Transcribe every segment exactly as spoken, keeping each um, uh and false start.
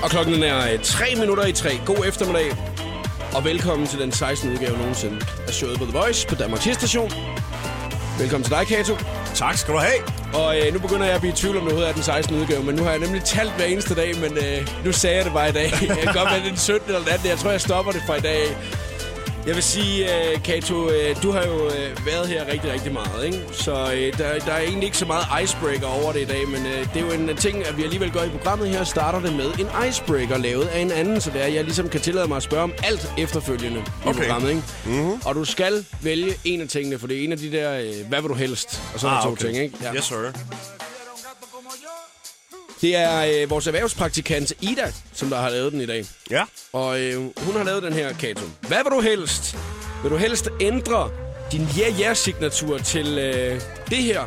Og klokken er tre minutter i tre. God eftermiddag. Og velkommen til den sekstende udgave nogensinde af showet på The Voice på Danmarks Station. Velkommen til dig, Kato. Tak skal du have. Og øh, nu begynder jeg at blive i tvivl om, det overhovedet er den sekstende udgave. Men nu har jeg nemlig talt hver eneste dag, men øh, nu sagde jeg det bare i dag. Jeg kan godt være den syttende eller den attende. Jeg tror, jeg stopper det fra i dag. Jeg vil sige, uh, Kato, uh, du har jo uh, været her rigtig, rigtig meget, ikke? Så uh, der, der er egentlig ikke så meget icebreaker over det i dag, men uh, det er jo en ting, at vi alligevel gør i programmet her, starter det med en icebreaker lavet af en anden, så det er, at jeg ligesom kan tillade mig at spørge om alt efterfølgende i okay. programmet, ikke? Mm-hmm. Og du skal vælge en af tingene, for det er en af de der, uh, hvad vil du helst? Og sådan ah, to okay. ting, ikke? Ja. Yes, sir. Det er øh, vores erhvervspraktikant Ida, som der har lavet den i dag. Ja. Og øh, hun har lavet den her, Kato. Hvad vil du helst? Vil du helst ændre din ja-ja-signatur til øh, det her?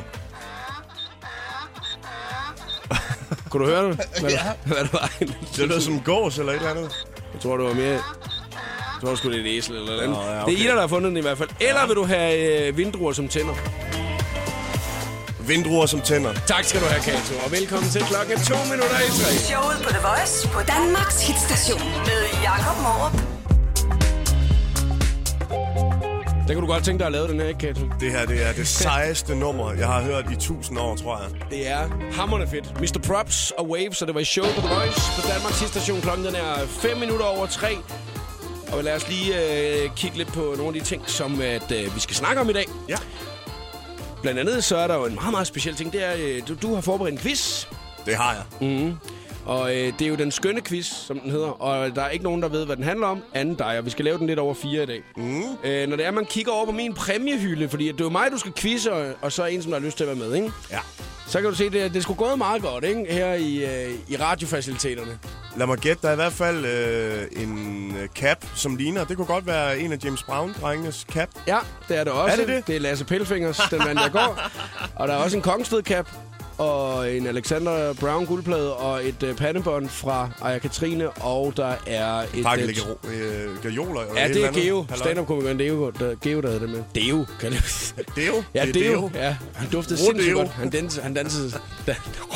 Kunne du høre det? Hvad, ja. Hvad det var? Det lød som en gås eller et eller andet. Jeg tror, det var mere... Jeg tror, det skulle det et æsel eller noget. Oh, ja, okay. Det er Ida, der har fundet den i hvert fald. Eller ja. Vil du have øh, vindruer som tænder? Vindruer som tænder. Tak skal du have, Kato. Og velkommen til klokken to minutter i tre. Showet på The Voice på Danmarks hitstation med Jakob Morup. Der kan du godt tænke dig at lave den her, ikke, Kato? Det her, det er det sejeste nummer, jeg har hørt i tusind år, tror jeg. Det er hammerende fedt. mister Props og Waves, og det var i show på The Voice på Danmarks hitstation. Klokken den er fem minutter over tre. Og lad os lige øh, kigge lidt på nogle af de ting, som at, øh, vi skal snakke om i dag. Ja. Blandt andet så er der jo en meget, meget speciel ting. Det er, øh, du, du har forberedt en quiz. Det har jeg. Mm-hmm. Og øh, det er jo den skønne quiz, som den hedder. Og der er ikke nogen, der ved, hvad den handler om, anden dig. Og vi skal lave den lidt over fire i dag. Mm. Øh, når det er, man kigger over på min præmiehylde, fordi det er jo mig, du skal quizze, og, og så er en, som der har lyst til at være med, ikke? Ja. Så kan du se, det, det skulle gået meget godt, ikke? Her i, øh, i radiofaciliteterne. Lad mig gætte, der er i hvert fald øh, en cap, som ligner. Det kunne godt være en af James Brown-drengenes cap. Ja, det er det også. Er det det? Det er Lasse Pelfingers, den mand, der går. Og der er også en Kongsted-cap, og en Alexander Brown guldplade, og et uh, pandebånd fra Aya Katrine, og der er et... Pakke lidt gajoler. Ja, det er Geo. Stand-up-komikeren Geo, der, Geo, der havde det med. Deo, kan det Deo? Ja, det Deo. Deo. Ja, han duftede Rå sindssygt Deo. godt. Han dansede... Han dansede da,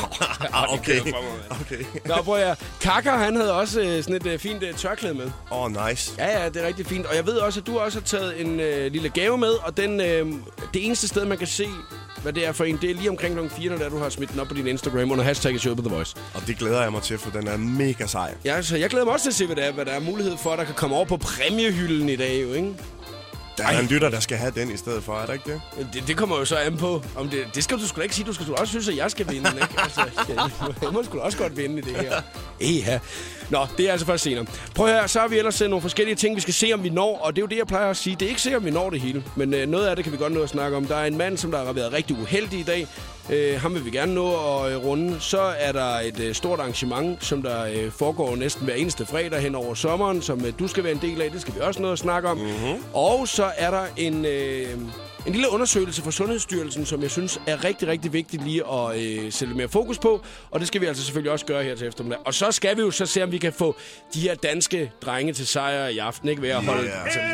ah, okay. okay. Nå, prøv at Kaka, han havde også uh, sådan et uh, fint uh, tørklæde med. Åh, oh, nice. Ja, ja, det er rigtig fint. Og jeg ved også, at du også har taget en uh, lille gave med, og den, uh, det eneste sted, man kan se, hvad det er for en, det er lige omkring klokken fire, når du har smidt den op på din Instagram under hashtag showet på The Voice. Og det glæder jeg mig til, for den er mega sej. Ja, så jeg glæder mig også til at se, hvad, det er, hvad der er mulighed for, der kan komme over på præmiehylden i dag, jo, ikke? Der er Ej. en lytter, der skal have den i stedet for, er der ikke det? Det, det kommer jo så an på. Om det, det skal du sgu da ikke sige. Du skal også synes, at jeg skal vinde, ikke? Altså, jeg, jeg må sgu da også godt vinde i det her. Eha. Nå, det er altså først senere. Prøv her, så har vi ellers nogle forskellige ting, vi skal se, om vi når. Og det er jo det, jeg plejer at sige. Det er ikke sikkert, om vi når det hele. Men øh, noget af det kan vi godt nå at snakke om. Der er en mand, som der har været rigtig uheldig i dag. Øh, ham vil vi gerne nå at øh, runde. Så er der et øh, stort arrangement, som der øh, foregår næsten hver eneste fredag hen over sommeren, som øh, du skal være en del af. Det skal vi også nå at snakke om. Mm-hmm. Og så er der en... Øh, En lille undersøgelse fra Sundhedsstyrelsen, som jeg synes er rigtig, rigtig vigtigt lige at øh, sætte mere fokus på. Og det skal vi altså selvfølgelig også gøre her til eftermiddag. Og så skal vi jo så se, om vi kan få de her danske drenge til sejr i aften, ikke? Ved at holde... Yeah. Altså,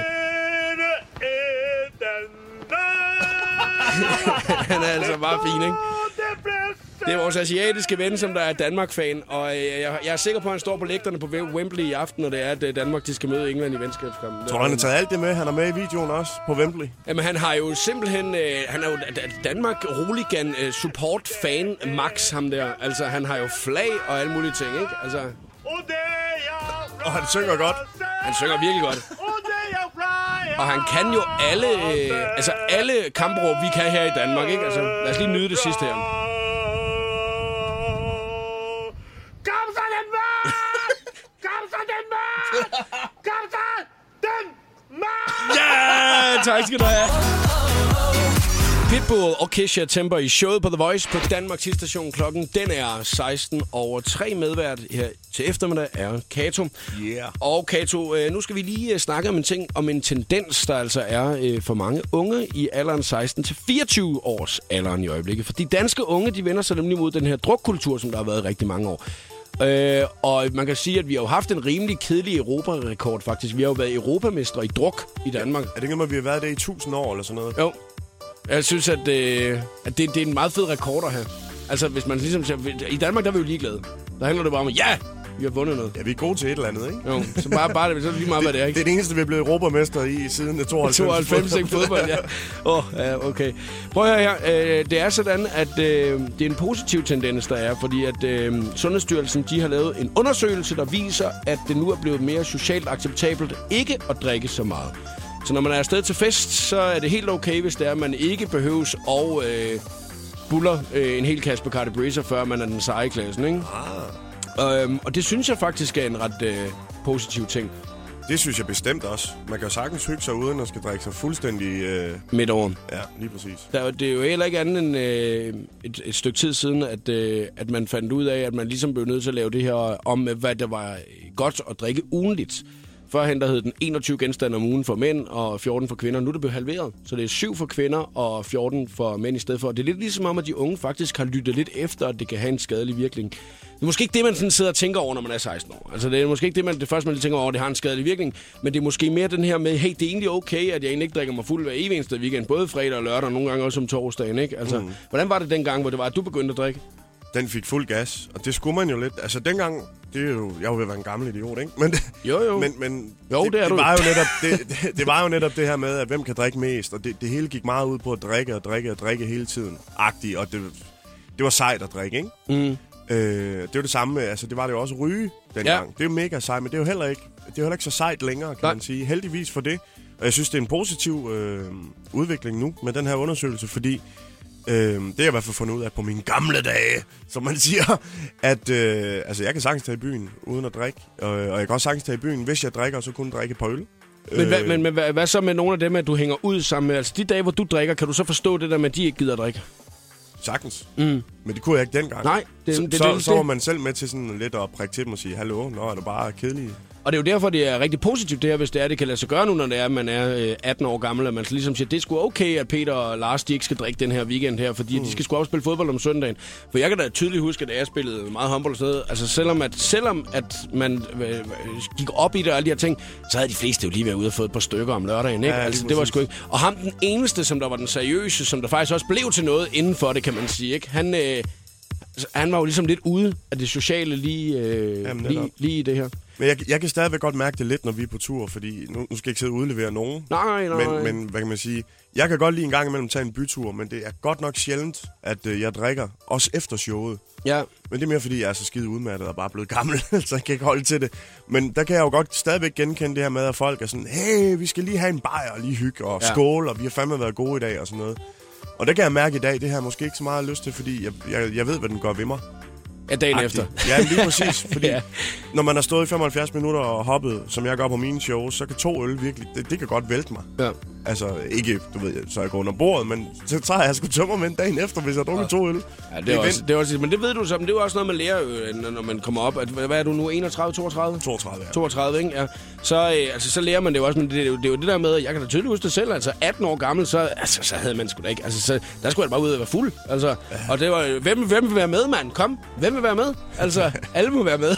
han er altså bare fin, ikke? Det er vores asiatiske ven, som der er Danmark-fan, og øh, jeg, jeg er sikker på, at han står på lægterne på Wembley i aften, når det er, at Danmark de skal møde England i venskabskampen. Tror du, han har taget alt det med? Han er med i videoen også på Wembley. Jamen, han har jo simpelthen... Øh, han er jo Danmark-Roligan-support-fan øh, Max, ham der. Altså, han har jo flag og alle mulige ting, ikke? Altså... Og han synger godt. Han synger virkelig godt. Og han kan jo alle... Øh, altså, alle kampråb, vi kan her i Danmark, ikke? Altså, lad os lige nyde det sidste her. Kom så, Danmark! Kom så, Danmark! Kom så, Danmark! Ja, tak skal du have. Pitbull og Kesha Temper i showet på The Voice på Danmarks station. Klokken den er seksten over tre. Medvært her til eftermiddag er Kato. Yeah. Og Kato, nu skal vi lige snakke om en ting, om en tendens, der altså er for mange unge i alderen seksten til fireogtyve års alderen i øjeblikket. For de danske unge, de vender sig nemlig mod den her drukkultur, som der har været rigtig mange år. Øh, og man kan sige, at vi har jo haft en rimelig kedelig Europa-rekord faktisk. Vi har jo været europamestre i druk i Danmark. Er det ikke, at vi har været det i tusind år eller sådan noget? Jo. Jeg synes, at, øh, at det, det er en meget fed rekord at have. Altså, hvis man ligesom siger... I Danmark, der er vi jo ligeglade. Der handler det bare om, ja, Vi har vundet noget. Ja, vi er gode til et eller andet, ikke? Jo, så bare, bare det, så er det lige meget, hvad det er, ikke? Det er det eneste, vi er blevet europamester i siden tooghalvfems. tooghalvfems, ikke? Fodbold, ja. Åh, oh, ja, okay. Prøv at høre her. Øh, det er sådan, at øh, det er en positiv tendens, der er, fordi at øh, Sundhedsstyrelsen, de har lavet en undersøgelse, der viser, at det nu er blevet mere socialt acceptabelt ikke at drikke så meget. Så når man er afsted til fest, så er det helt okay, hvis det er, at man ikke behøves og øh, buller øh, en hel kasse Bacardi Breezer, før man er den seje i klassen, ikke? Ah. Øhm, og det synes jeg faktisk er en ret øh, positiv ting. Det synes jeg bestemt også. Man kan jo sagtens hygge sig uden at skal drikke sig fuldstændig... Øh... midt over. Ja, lige præcis. Der, det er jo heller ikke andet end øh, et, et stykke tid siden, at, øh, at man fandt ud af, at man ligesom blev nødt til at lave det her om, hvad der var godt at drikke ugenligt. Førhen der hed den enogtyve genstande om ugen for mænd og fjorten for kvinder. Nu er det blevet halveret. Så det er syv for kvinder og fjorten for mænd i stedet for. Det er lidt ligesom om, at de unge faktisk har lyttet lidt efter, at det kan have en skadelig virkning. Det er måske ikke det, man sådan sidder og tænker over, når man er seksten år. Altså, det er måske ikke det, man, det første, man tænker over, at det har en skadelig virkning. Men det er måske mere den her med, hey, det er egentlig okay, at jeg egentlig ikke drikker mig fuld hver evig eneste weekend. Både fredag og lørdag, og nogle gange også om torsdagen, ikke? Altså, mm. hvordan var det dengang, hvor det var, at du begyndte at drikke? Den fik fuld gas, og det skulle man jo lidt. Altså, dengang... Det er jo, jeg er jo ved at være en gammel idiot, ikke? Men, jo, jo. Men, men jo, det, det, er det, du. Var jo netop, det, det, det var jo netop det her med, at hvem kan drikke mest. Og det, det hele gik meget ud på at drikke og drikke og drikke hele tiden. Agtigt, og det, det var sejt at drikke, ikke? Mm. Øh, det var det samme med, altså det var det jo også ryge dengang. Ja. Det er jo mega sejt, men det er jo heller ikke, det er jo heller ikke så sejt længere, kan Nej. man sige. Heldigvis for det. Og jeg synes, det er en positiv øh, udvikling nu med den her undersøgelse, fordi Øh, det har jeg i hvert fald fundet ud af på mine gamle dage, som man siger, at øh, altså, jeg kan sagtens tage i byen uden at drikke, og, og jeg kan også sagtens tage i byen, hvis jeg drikker, så kun drikke et par øl. Men, øh, hvad, men, men hvad, hvad så med nogle af dem, at du hænger ud sammen med? Altså de dage, hvor du drikker, kan du så forstå det der med, at de ikke gider at drikke? Sagtens. Mm. Men det kunne jeg ikke dengang. Nej, det, så, det, det, så, det, så var man selv med til sådan lidt at prikke til dem og sige, hallo, nå er det bare kedeligt. Og det er jo derfor, det er rigtig positivt det her, hvis det er, det kan lade sig gøre nu, når det er, at man er atten år gammel, at man ligesom siger, det er sgu okay, at Peter og Lars, de ikke skal drikke den her weekend her, fordi mm. de skal sgu også spille fodbold om søndagen. For jeg kan da tydeligt huske, at jeg spillede meget håndbold og sådan noget. Altså selvom at, selvom at man øh, gik op i det og alle de her ting, så havde de fleste jo lige været ude og fået et par stykker om lørdagen, ikke? Ja, altså, det var sgu ikke. Og ham den eneste, som der var den seriøse, som der faktisk også blev til noget inden for det, kan man sige, ikke? Han... Øh, Han var jo ligesom lidt ude af det sociale lige, øh, Jamen, lige, lige i det her. Men jeg, jeg kan stadigvæk godt mærke det lidt, når vi er på tur, fordi nu, nu skal jeg ikke sidde og udlevere nogen. Nej, nej, men, men hvad kan man sige? Jeg kan godt lige en gang imellem tage en bytur, men det er godt nok sjældent, at øh, jeg drikker, også efter showet. Ja. Men det er mere, fordi jeg er så skide udmattet og bare blevet gammel, så jeg kan ikke holde til det. Men der kan jeg jo godt stadigvæk genkende det her med, at folk er sådan, hey, vi skal lige have en bajer og lige hygge og ja. skål, og vi har fandme været gode i dag og sådan noget. Og det kan jeg mærke i dag, det har jeg måske ikke så meget lyst til, fordi jeg, jeg, jeg ved, hvad den gør ved mig. Ja, dagen Agtigt. efter. Ja, lige præcis. Fordi ja. når man har stået i femoghalvfjerds minutter og hoppet, som jeg gør på mine shows, så kan to øl virkelig, det, det kan godt vælte mig. Ja. Altså, ikke, du ved, så jeg går under bordet, men så tager jeg sgu tømmermænd dagen efter, hvis jeg drukker ja. to øl. Ja, det, det, er også, det er også, men det ved du så, men det er jo også noget, man lærer, når man kommer op. At, hvad er du nu, enogtredive, toogtredive? toogtredive, ja. toogtredive, ikke? Ja. Så, øh, altså, så lærer man det jo også, men det, det, er jo, det er jo det der med, jeg kan da tydeligt huske det selv, altså atten år gammel, så, altså, så havde man sgu da ikke, altså, så, der skulle jeg bare ud og være fuld, altså. Ja. Og det var, hvem, hvem vil være med, mand? Kom, hvem vil være med? Altså, alle må være med.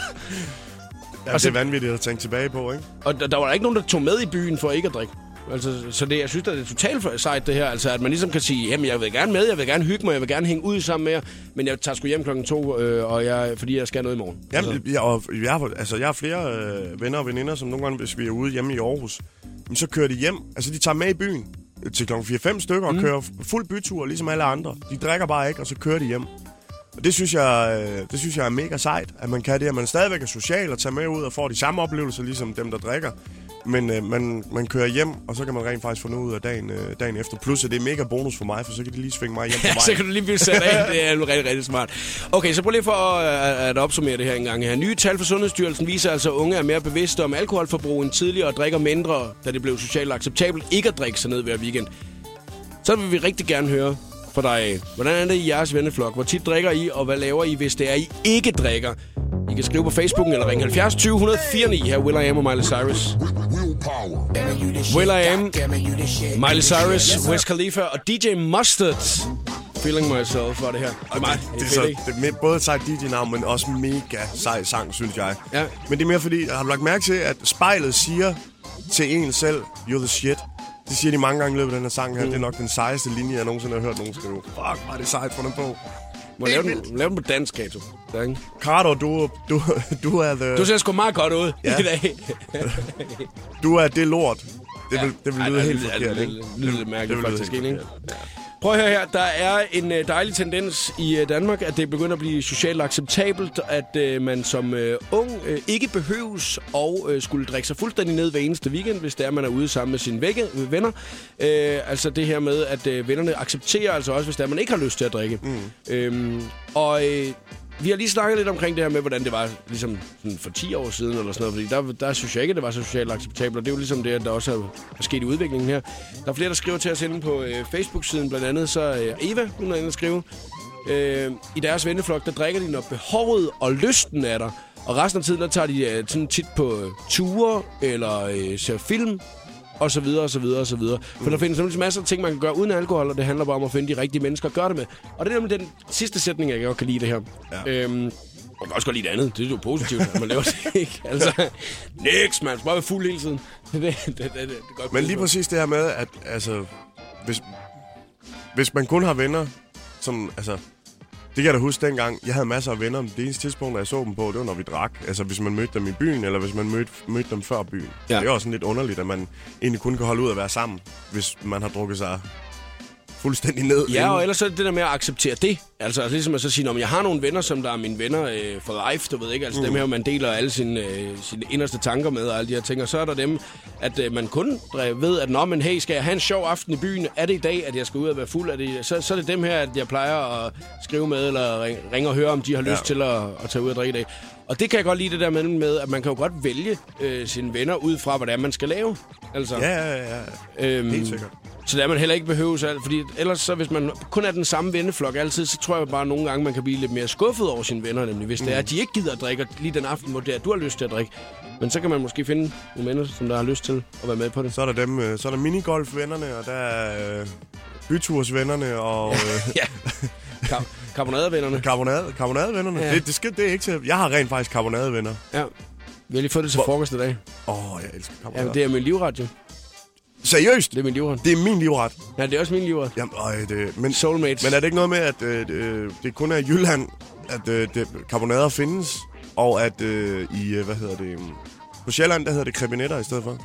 Ja, det er vanvittigt at tænke tilbage på, ikke? Og der, der var der ikke nogen, der tog med i byen for ikke at drikke. Altså, så det, jeg synes, det er totalt sejt det her, altså at man ligesom kan sige, jamen jeg vil gerne med, jeg vil gerne hygge mig, jeg vil gerne hænge ud sammen med jer, men jeg tager sgu hjem klokken to, øh, og jeg, fordi jeg skal noget i morgen. Jamen, altså. jeg, og, jeg, har, altså, jeg har flere øh, venner og veninder, som nogle gange, hvis vi er ude hjemme i Aarhus, så kører de hjem, altså de tager med i byen til klokken fire fem stykker mm. og kører fuld bytur, ligesom alle andre. De drikker bare ikke, og så kører de hjem. Og det synes jeg, øh, det synes jeg er mega sejt, at man kan det, at man stadigvæk er social og tager med ud og får de samme oplevelser, ligesom dem, der drikker. Men øh, man, man kører hjem, og så kan man rent faktisk få noget ud af dagen, øh, dagen efter. Plus, at det er mega bonus for mig, for så kan de lige svinge mig hjem på vej. Ja, så kan du lige blive sat af. Det er jo rigtig, rigtig smart. Okay, så prøv lige for at, at opsummere det her en gang her. Nye tal fra Sundhedsstyrelsen viser altså, at unge er mere bevidste om alkoholforbrug end tidligere og drikker mindre, da det blev socialt acceptabelt ikke at drikke sig ned hver weekend. Så vil vi rigtig gerne høre fra dig. Hvordan er det i jeres venneflok? Hvor tit drikker I, og hvad laver I, hvis det er, I ikke drikker? I kan skrive på Facebook eller ringe halvfjerds tyve et nul fire ni. Her Will I Am og Miley Cyrus. Will I Am, Miley Cyrus, Wiz Khalifa og D J Mustard. Feeling Myself var det her. Det er, meget, det, det er, så, det er både et sejt D J-navn, men også mega sej sang, synes jeg. Ja. Men det er mere fordi, har du lagt mærke til, at spejlet siger til en selv, you're the shit. Det siger de mange gange i løbet af den her sang her. Mm. Det er nok den sejeste linje, jeg nogensinde har hørt nogen skrive. Fuck, var det sejt for den på. Må lave den, lave den på dansk, Kato. Carter, du, du, du er the... Du ser sgu meget godt ud ja. i dag. Du er det lort. Det vil, ja. det vil lyde Ej, helt det, forkert, det, ikke? Det lyder lidt mærkeligt, det faktisk, ikke? ikke? Ja. Prøv at høre her. Der er en øh, dejlig tendens i øh, Danmark, at det begynder at blive socialt acceptabelt, at øh, man som øh, ung øh, ikke behøves og øh, skulle drikke sig fuldstændig ned hver eneste weekend, hvis det er, man er ude sammen med sine vægge, øh, venner. Øh, altså det her med, at øh, vennerne accepterer, altså også hvis det er, man ikke har lyst til at drikke. Mm. Øhm, og... Øh, Vi har lige snakket lidt omkring det her med, hvordan det var ligesom sådan for ti år siden eller sådan noget, fordi der, der synes jeg ikke, at det var så socialt acceptabelt, og det er jo ligesom det, at der også er, er sket i udviklingen her. Der er flere, der skriver til os inde på øh, Facebook-siden, blandt andet så øh, Eva, hun er inde og skrive, øh, i deres venneflok, der drikker de, når behovet og lysten er der, og resten af tiden, der tager de øh, sådan tit på øh, ture eller øh, ser film, og så videre, og så videre, og så videre. For mm. der findes nemlig masser af ting, man kan gøre uden alkohol, og det handler bare om at finde de rigtige mennesker at gøre det med. Og det er nemlig den sidste sætning, jeg godt kan lide det her. Ja. Øhm, og kan også godt lide det andet. Det er jo positivt, at man laver det, ikke? Altså, niks, man skal bare være fuld hele tiden. det, det, det, det, det er godt. Men lige præcis det her med, at altså, hvis, hvis man kun har venner, som, altså, det kan jeg da huske dengang. Jeg havde masser af venner, men det eneste tidspunkt, jeg så dem på, det var, når vi drak. Altså, hvis man mødte dem i byen, eller hvis man mødte, mødte dem før byen. Ja. Det er også sådan lidt underligt, at man egentlig kun kan holde ud at være sammen, hvis man har drukket sig fuldstændig ned. Ja, og ellers er det det der med at acceptere det. Altså, altså ligesom at så sige, om jeg har nogle venner, som der er mine venner øh, for life, du ved ikke. Altså mm. dem her, man deler alle sine, øh, sine inderste tanker med og alle de her ting. Og så er der dem, at øh, man kun ved, at nå, men hey, skal jeg have en sjov aften i byen? Er det i dag, at jeg skal ud og være fuld? Er det, så, så er det dem her, at jeg plejer at skrive med, eller ring, ringe og høre, om de har lyst ja. til at, at tage ud og drikke i dag. Og det kan jeg godt lide det der med, med at man kan jo godt vælge øh, sine venner ud fra, hvad det er, man skal lave. Altså, ja, ja, ja. Øhm, Helt sikkert. Så der man heller ikke behøver sig, fordi ellers så hvis man kun er den samme venneflok altid, så tror jeg bare at nogle gange, man kan blive lidt mere skuffet over sine venner, nemlig hvis mm. det er, at de ikke gider at drikke lige den aften, hvor det er, du har lyst til at drikke. Men så kan man måske finde nogle venner, som der har lyst til at være med på det. Så er der dem, så er der minigolf-vennerne, og der er øh, bytursvennerne, og... Øh, ja, Kar- karbonadevennerne. Karbonade, karbonadevennerne. Ja. Det, det, skal, det er ikke til... Jeg har rent faktisk karbonadevenner. Ja, vi har lige fået det til hvor... frokost i dag. Åh, oh, jeg elsker karbonade. Ja, det er min livret, jo. Seriøst? Det er min livret. Det er min livret. Ja, det er også min livret. Jamen, øj, det... Men, Soulmates. Men er det ikke noget med, at øh, det kun er i Jylland, at øh, det, karbonader findes, og at øh, i, hvad hedder det... På Sjælland, der hedder det krebinetter i stedet for?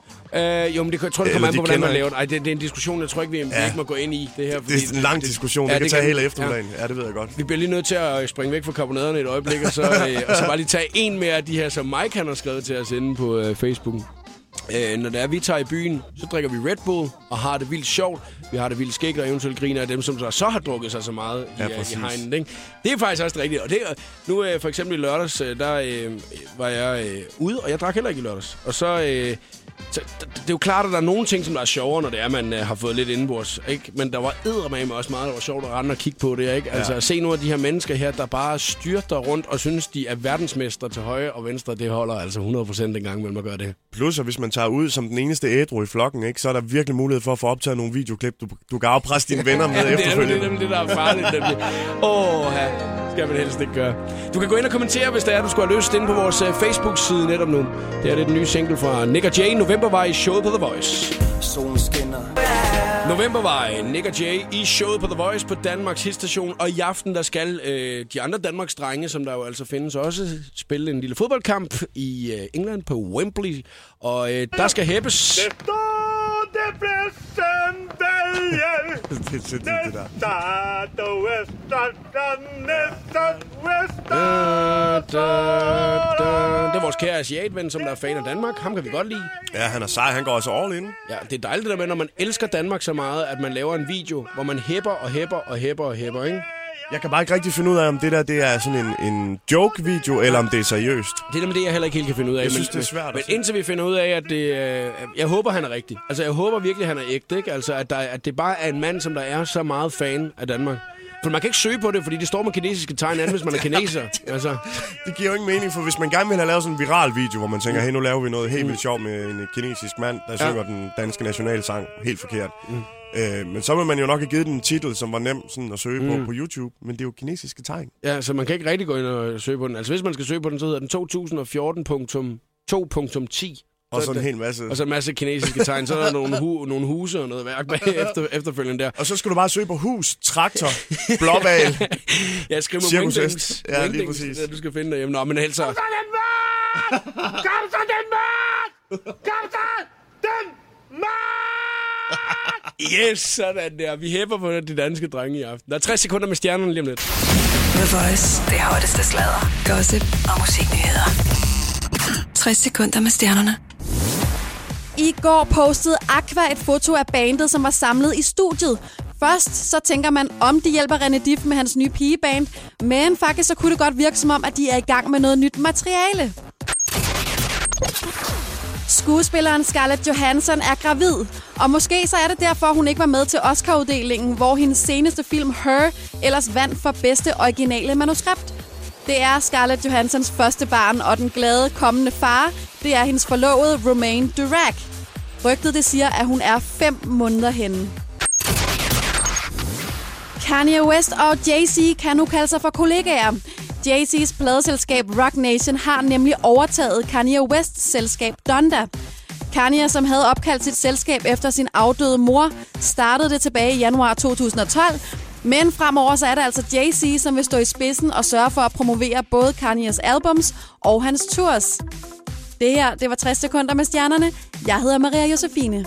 Øh, jo, men det, jeg tror, det kommer an på, hvordan man laver det. Ej, det, det er en diskussion, jeg tror ikke, vi, ja. vi ikke må gå ind i det her. Fordi det er en lang diskussion. Ja, det kan det tage kan, hele eftermiddagen. Ja. ja, det ved jeg godt. Vi bliver lige nødt til at springe væk fra karbonaderne et øjeblik, og så, øh, og så bare lige tage en mere af de her, som Mike han har skrevet til os inde på øh, Facebook. Øh, når det er, vi tager i byen, så drikker vi Red Bull og har det vildt sjovt. Vi har det vildt skægt og eventuelt griner af dem, som så, så har drukket sig så meget i, ja, i hegnen. Ikke? Det er faktisk også rigtigt. Og det, nu øh, for eksempel i lørdags, øh, der øh, var jeg øh, ude, og jeg drak heller ikke i lørdags. Og så... Øh, Så, det er jo klart, at der er nogle ting, som der er sjovere, når det er, man uh, har fået lidt indenbords, ikke? Men der var eddermame også meget, der var sjovt at rende og kigge på det, ikke? Altså, ja. At se nogle af de her mennesker her, der bare styrter rundt og synes, de er verdensmester til højre og venstre, det holder altså hundrede procent en gang, mellem at gøre det. Plus, at hvis man tager ud som den eneste ædru i flokken, ikke? Så er der virkelig mulighed for at få optaget nogle videoklip, du, du kan afpresse dine venner med ja, efterfølgende. Det er nemlig det, der er farligt. Åh, oh, ja. Skal man helst ikke gøre. Du kan gå ind og kommentere, hvis det er, du skulle have lyst, inde på vores uh, Facebook-side netop nu. Det er det den nye single fra Nick og Jay. November var i showet på The Voice. Solen skinner. November var Nick og Jay i showet på The Voice på Danmarks hitstation. Og i aften, der skal øh, de andre Danmarks drenge, som der jo altså findes også, spille en lille fodboldkamp i øh, England på Wembley. Og øh, der skal hæppes. Det bliver søndag. Det er sindssygt, det der. Det er vores kære asiatven, som der er fan af Danmark. Ham kan vi godt lide. Ja, han er sej. Han går også all in. Ja, det er dejligt det der med, når man elsker Danmark så meget, at man laver en video, hvor man hæpper og hæpper og hæpper og hæpper, ikke? Jeg kan bare ikke rigtig finde ud af, om det der det er sådan en, en joke-video, eller om det er seriøst. Det er nemlig det, jeg heller ikke helt kan finde ud af. Jeg synes, men, det er svært. Men indtil vi finder ud af, at det... Øh, jeg håber, han er rigtig. Altså, jeg håber virkelig, han er ægte, ikke? Altså, at, der, at det bare er en mand, som der er så meget fan af Danmark. For man kan ikke søge på det, fordi det står med kinesiske tegn an, hvis man er kineser. Altså. Det giver jo ingen mening, for hvis man gerne vil have lavet sådan en viral video, hvor man tænker, hey, nu laver vi noget helt vildt sjovt med en kinesisk mand, der synger ja. den danske nationalsang helt forkert. Mm. Øh, men så vil man jo nok have givet den en titel, som var nem sådan at søge mm. på på YouTube, men det er jo kinesiske tegn. Ja, så man kan ikke rigtig gå ind og søge på den. Altså hvis man skal søge på den, så hedder den to tusind og fjorten punktum to punktum ti, Og så en det, hel masse. Og så en masse kinesiske tegn. Så er der nogle, hu, nogle huse og noget værk bag efter, efterfølgende der. Og så skal du bare søge på hus, traktor, blåval. Ja, skriv med wingdings. Ja, lige præcis. Det, du skal finde derhjemme. Nå, men helt så... Kom så, den mand! Kom så, den mand! Kom så, den mand! Yes, sådan der. Vi hæpper på de danske drenge i aften. Der er tres sekunder med stjernerne lige om lidt. The Voice. Det hotteste sladder, gossip og musiknyheder. tres sekunder med stjernerne. I går postede Aqua et foto af bandet, som var samlet i studiet. Først så tænker man, om de hjælper René Dif med hans nye pigeband, men faktisk så kunne det godt virke som om, at de er i gang med noget nyt materiale. Skuespilleren Scarlett Johansson er gravid, og måske så er det derfor, hun ikke var med til Oscar-uddelingen, hvor hendes seneste film Her ellers vandt for bedste originale manuskript. Det er Scarlett Johanssons første barn, og den glade kommende far, det er hendes forlovede Romain Durack. Rygtet det siger, at hun er fem måneder henne. Kanye West og Jay-Z kan nu kalde sig for kollegaer. Jay-Z's pladeselskab Roc Nation har nemlig overtaget Kanye Wests selskab Donda. Kanye, som havde opkaldt sit selskab efter sin afdøde mor, startede det tilbage i januar to tusind og tolv. Men fremover så er det altså Jay-Z, som vil stå i spidsen og sørge for at promovere både Kanyes albums og hans tours. Det her, det var tres sekunder med stjernerne. Jeg hedder Maria Josefine.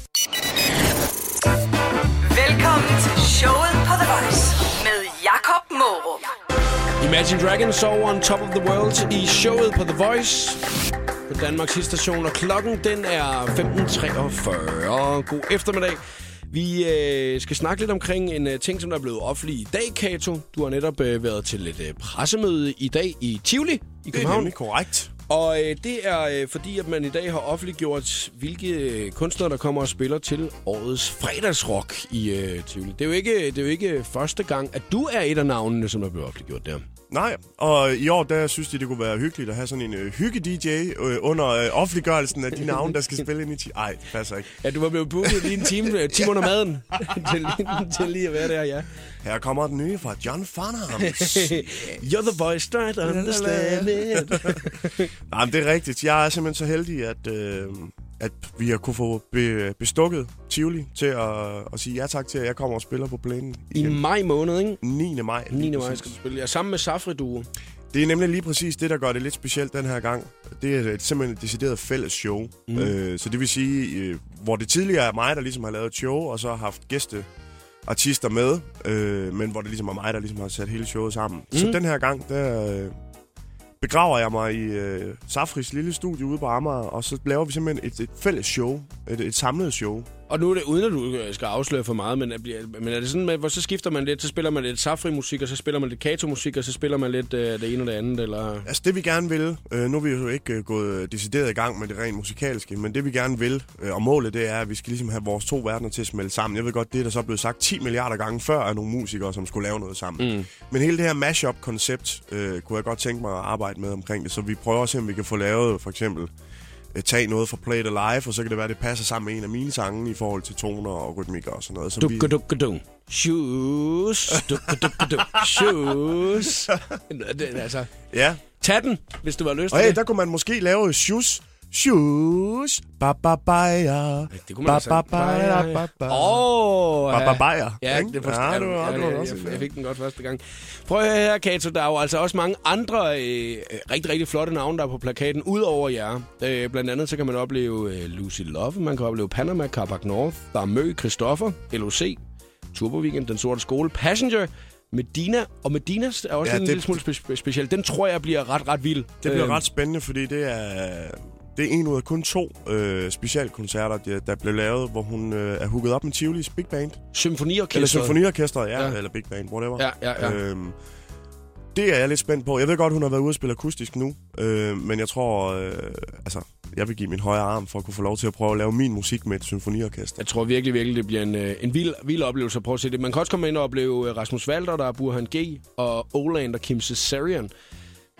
Velkommen til showet på The Voice med Jakob Morup. Imagine Dragons sover on top of the world i showet på The Voice på Danmarks hitstation, og klokken den er femten treogfyrre. God eftermiddag. Vi øh, skal snakke lidt omkring en øh, ting, som der er blevet offentlig i dag, Kato. Du har netop øh, været til et øh, pressemøde i dag i Tivoli i København. Det er nemlig korrekt. Og øh, det er øh, fordi, at man i dag har offentliggjort, hvilke øh, kunstnere, der kommer og spiller til årets fredagsrock i øh, Tivoli. Det er, jo ikke, det er jo ikke første gang, at du er et af navnene, som er blevet offentliggjort der. Nej, og i år, der synes de, det kunne være hyggeligt at have sådan en øh, hygge-D J øh, under øh, offentliggørelsen af de navne, der skal spille ind i ti. Ej, det passer ikke. Ja, du var blevet booket lige en time, time under maden til, til lige at være der, ja. Her kommer den nye fra John Farnham. You're the voice that understand it. Nej, men det er rigtigt. Jeg er simpelthen så heldig, at, øh, at vi har kunne få be, bestukket Tivoli til at, at sige ja tak til, at jeg kommer og spiller på plænen. I maj måned, ikke? niende maj. niende maj skal du spille. Jeg er sammen med Safri Duo. Det er nemlig lige præcis det, der gør det lidt specielt den her gang. Det er et, simpelthen et decideret fælles show. Mm. Øh, så det vil sige, øh, hvor det tidligere er mig, der ligesom har lavet et show, og så har haft gæsteartister med, øh, men hvor det ligesom er mig, der ligesom har sat hele showet sammen. Mm. Så den her gang, der øh, begraver jeg mig i øh, Safris lille studie ude på Amager, og så laver vi simpelthen et, et fælles show, et, et samlet show. Og nu er det uden, at du skal afsløre for meget, men er, men er det sådan, at hvor så skifter man lidt, så spiller man lidt Safri-musik, og så spiller man lidt Kato-musik, og så spiller man lidt øh, det ene og det andet, eller? Altså det vi gerne vil, øh, nu er vi jo ikke øh, gået decideret i gang med det rent musikalske, men det vi gerne vil, øh, og målet det er, at vi skal ligesom have vores to verdener til at smelte sammen. Jeg ved godt, det er der så er blevet sagt ti milliarder gange før af nogle musikere, som skulle lave noget sammen. Mm. Men hele det her mashup-koncept øh, kunne jeg godt tænke mig at arbejde med omkring det, så vi prøver at se, om vi kan få lavet for eksempel tage noget fra Play It Alive, og så kan det være, det passer sammen med en af mine sange i forhold til toner og rytmikker og sådan noget. Dukka dukka dum. Shoes. Dukka dukka dum. Shoes. Altså, ja. Tag den, hvis du var lyst og til ja, det. Der kunne man måske lave shoes. Shoes. Ba-ba-ba-ja. Det kunne man altså. Åh. Ba-ba-ba-ja. Ja, det forstår jeg. Jeg fik den godt første gang. Prøv at høre her, Kato. Der er jo altså også mange andre øh, rigtig, rigtig flotte navne, der er på plakaten, udover jer. Øh, blandt andet så kan man opleve øh, Lucy Love, man kan opleve Panama, Carbac North, der er Mø, Christoffer, L O C, Turbo Weekend, Den Sorte Skole, Passenger, Medina, og Medinas er også ja, en det, lille smule spe- speciel. Den tror jeg bliver ret, ret vild. Det bliver øh, ret spændende, fordi det er... Det er en ud af kun to øh, specialkoncerter, der, der blev lavet, hvor hun øh, er hooket op med Tivolis Big Band. Symfoniorkestret. Eller symfoniorkestret, ja, ja. Eller Big Band, whatever. Ja, ja, ja. Øhm, det er jeg lidt spændt på. Jeg ved godt, hun har været ude at spille akustisk nu, øh, men jeg tror, øh, altså, jeg vil give min højre arm for at kunne få lov til at prøve at lave min musik med et symfoniorkester. Jeg tror virkelig, virkelig, det bliver en, en vild, vild oplevelse at prøve at se det. Man kan også komme ind og opleve Rasmus Walter, der er Burhan G, og Oland og Kim Cesarian.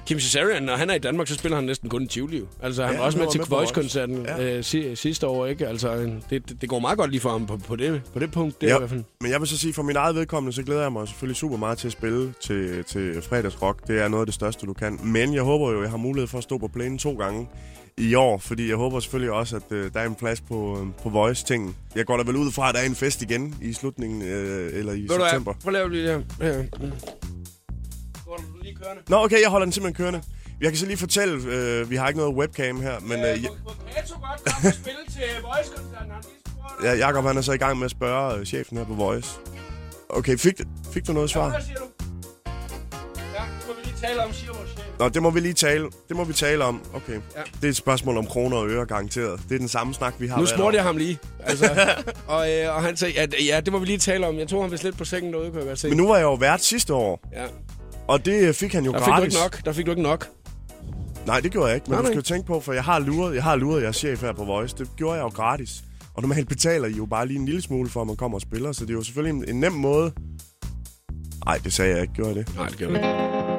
Kim Cesarian, når han er i Danmark, så spiller han næsten kun i Tivoli. Altså, han ja, var også med var til med på Voice-koncerten ja. øh, si- sidste år, ikke? Altså, det, det går meget godt lige for ham på, på, det, på det punkt. Det ja, er i hvert fald. Men jeg vil så sige, for min eget vedkommende, så glæder jeg mig selvfølgelig super meget til at spille til, til fredagsrock. Det er noget af det største, du kan. Men jeg håber jo, at jeg har mulighed for at stå på plænen to gange i år, fordi jeg håber selvfølgelig også, at øh, der er en plads på, øh, på Voice-tingen. Jeg går da vel ud fra, at der er en fest igen i slutningen, øh, eller i Ved september. Prøv at lave lige det her. Ja. Går du lige kørende? Nå, okay, jeg holder den simpelthen kørende. Jeg kan så lige fortælle, øh, vi har ikke noget webcam her, men... Øh, øh, må Kato godt komme og spille til Voice-koncerten? ja, Jakob han er så i gang med at spørge øh, chefen her på Voice. Okay, fik, fik du noget svar? Ja, hvad siger du? Ja, det må vi lige tale om, siger vores chef. Nå, det må vi lige tale. Det må vi tale om. Okay. Ja. Det er et spørgsmål om kroner og øre, garanteret. Det er den samme snak, vi har. Nu spurgte jeg ham lige. Altså, og, øh, og han sagde, at ja, det må vi lige tale om. Jeg tog ham vist lidt på sengen derude, kunne jeg godt se. Men nu var jeg jo vært sidste år. Ja. Og det fik han jo Der gratis. fik du ikke nok. Der fik du ikke nok. Nej, det gjorde jeg ikke. Men Nej, du skal nej. jo tænke på, for jeg har luret, jeg har luret jeres chef her på Voice. Det gjorde jeg jo gratis. Og normalt betaler I jo bare lige en lille smule for, at man kommer og spiller. Så det er jo selvfølgelig en, en nem måde. Nej, det sagde jeg ikke. Gjorde jeg det? Nej, det gjorde jeg ikke.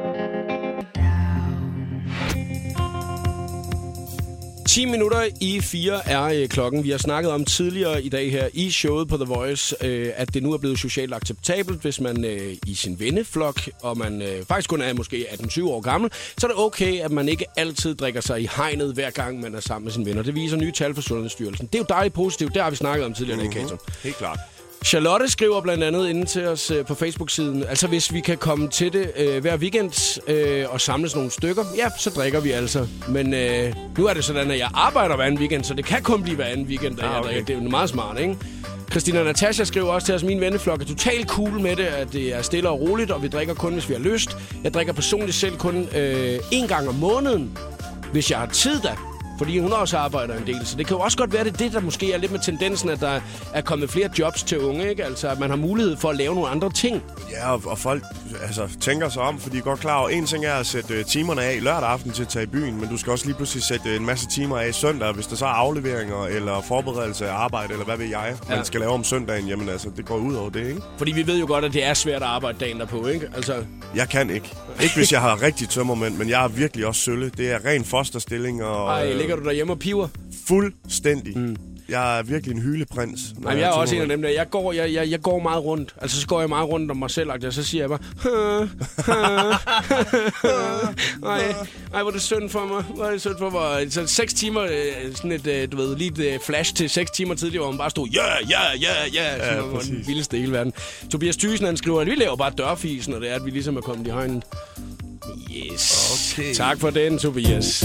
ti minutter i fire er øh, klokken. Vi har snakket om tidligere i dag her i showet på The Voice, øh, at det nu er blevet socialt acceptabelt, hvis man øh, i sin venneflok, og man øh, faktisk kun er måske atten tyve år gammel, så er det okay, at man ikke altid drikker sig i hegnet, hver gang man er sammen med sine venner. Det viser nye tal fra Sundhedsstyrelsen. Det er jo dejligt positivt. Det har vi snakket om tidligere mm-hmm. i dag, Kato. Helt klart. Charlotte skriver blandt andet inde til os øh, på Facebook-siden, altså hvis vi kan komme til det øh, hver weekend øh, og samles nogle stykker, ja, så drikker vi altså. Men øh, nu er det sådan, at jeg arbejder hver anden weekend, så det kan kun blive hver anden weekend, at ah, jeg okay. drikker. Det er jo meget smart, ikke? Christina Natasha skriver også til os, min venneflok er totalt cool med det, at det er stille og roligt, og vi drikker kun, hvis vi har lyst. Jeg drikker personligt selv kun øh, en gang om måneden, hvis jeg har tid da. Fordi hun også arbejder en del, så det kan jo også godt være, det er det, der måske er lidt med tendensen, at der er kommet flere jobs til unge, ikke? Altså, at man har mulighed for at lave nogle andre ting. Ja, og, og folk altså, tænker sig om, fordi de er godt klar over, en ting er at sætte uh, timerne af lørdag aften til at tage i byen, men du skal også lige pludselig sætte uh, en masse timer af søndag, hvis der så er afleveringer eller forberedelse af arbejde, eller hvad ved jeg, ja. man skal lave om søndagen, jamen altså, det går ud over det, ikke? Fordi vi ved jo godt, at det er svært at arbejde dagen derpå, ikke? Altså... Jeg kan ikke. Ikke hvis jeg har rigtig tømmermænd, men jeg er virkelig også sølle. Det er ren fosterstilling og... Ej, ligger du derhjemme og piver? Fuldstændig. Mm. Jeg er virkelig en hyldeprins. Nej, jeg er også en af dem der. Jeg går, jeg, jeg, jeg går meget rundt. Altså, så går jeg meget rundt om mig selv, og så siger jeg bare... Ej, ej, hvor er det synd for mig. Hvor er det synd for mig. Så seks timer, sådan et, du ved, lige et flash til seks timer tidligere, hvor man bare stod... Ja, ja, ja, ja. Sådan var den vildeste i hele verden. Tobias Thyssen, han skriver, at vi laver bare dørfis, når det er, at vi ligesom er kommet i hegnet. Yes. Okay. Tak for den, Tobias.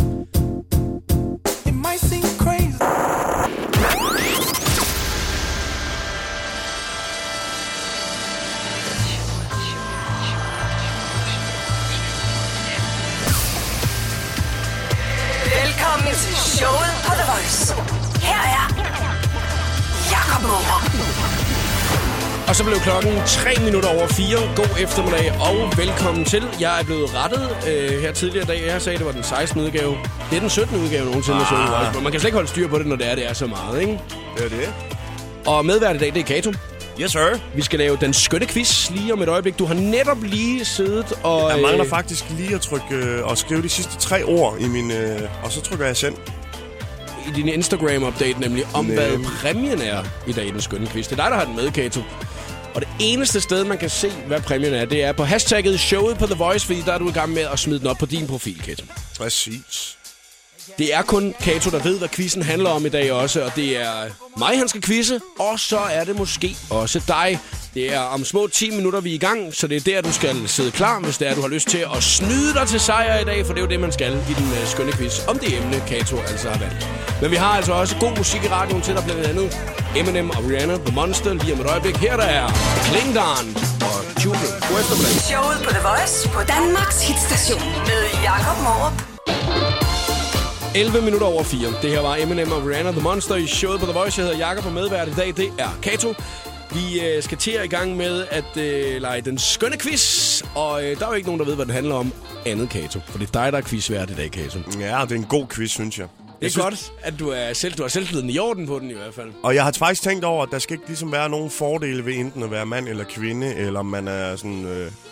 Velkommen til showet på The Voice. Her er Jakob Morup. Og så blev klokken tre minutter over fire. God eftermiddag og velkommen til. Jeg er blevet rettet øh, her tidligere i dag. Jeg sagde, det var den sekstende udgave. Det er den syttende udgave nogensinde. Ah. Så man kan slet ikke holde styr på det, når det er, det er så meget, ikke? Det er det. Og medvært i dag, det er Kato. Yes, sir. Vi skal lave den skønne quiz lige om et øjeblik. Du har netop lige siddet og... Jeg mangler øh, faktisk lige at trykke øh, og skrive de sidste tre ord i min... Øh, og så trykker jeg send. i din Instagram-update, nemlig om Nem. hvad præmien er i dag i den skønne quiz. Det er dig, der har den med, Kato. Og det eneste sted, man kan se, hvad præmien er, det er på hashtagget showet på The Voice, fordi der er du i gang med at smide den op på din profil, Kato. Præcis. Det er kun Kato, der ved, hvad quizzen handler om i dag også, og det er mig, han skal quizze, og så er det måske også dig. Det er om små ti minutter, vi er i gang, så det er der, du skal sidde klar, hvis det er, du har lyst til at snyde dig til sejr i dag, for det er jo det, man skal i den uh, skønne quiz, om det emne, Kato altså har valgt. Men vi har altså også god musik i radioen til dig, blandt andet Eminem og Rihanna, The Monster, lige om et øjeblik. Her der er Klingdarn og Tube. God eftermiddag. Showet på The Voice på Danmarks hitstation med Jakob Morup. elleve minutter over fire. Det her var Eminem og Rihanna, The Monster i showet på The Voice. Jeg hedder Jakob, og medvært i dag, det er Kato. Vi øh, skal til at i gang med at øh, lege den skønne quiz. Og øh, der er jo ikke nogen, der ved, hvad den handler om andet, Kato. For det er dig, der er quizvært i dag, Kato. Ja, det er en god quiz, synes jeg. Det er jeg synes... godt, at du, er selv, du har selvtilliden i orden på den i hvert fald. Og jeg har faktisk tænkt over, at der skal ikke ligesom være nogen fordele ved enten at være mand eller kvinde, eller om man er sådan... Øh,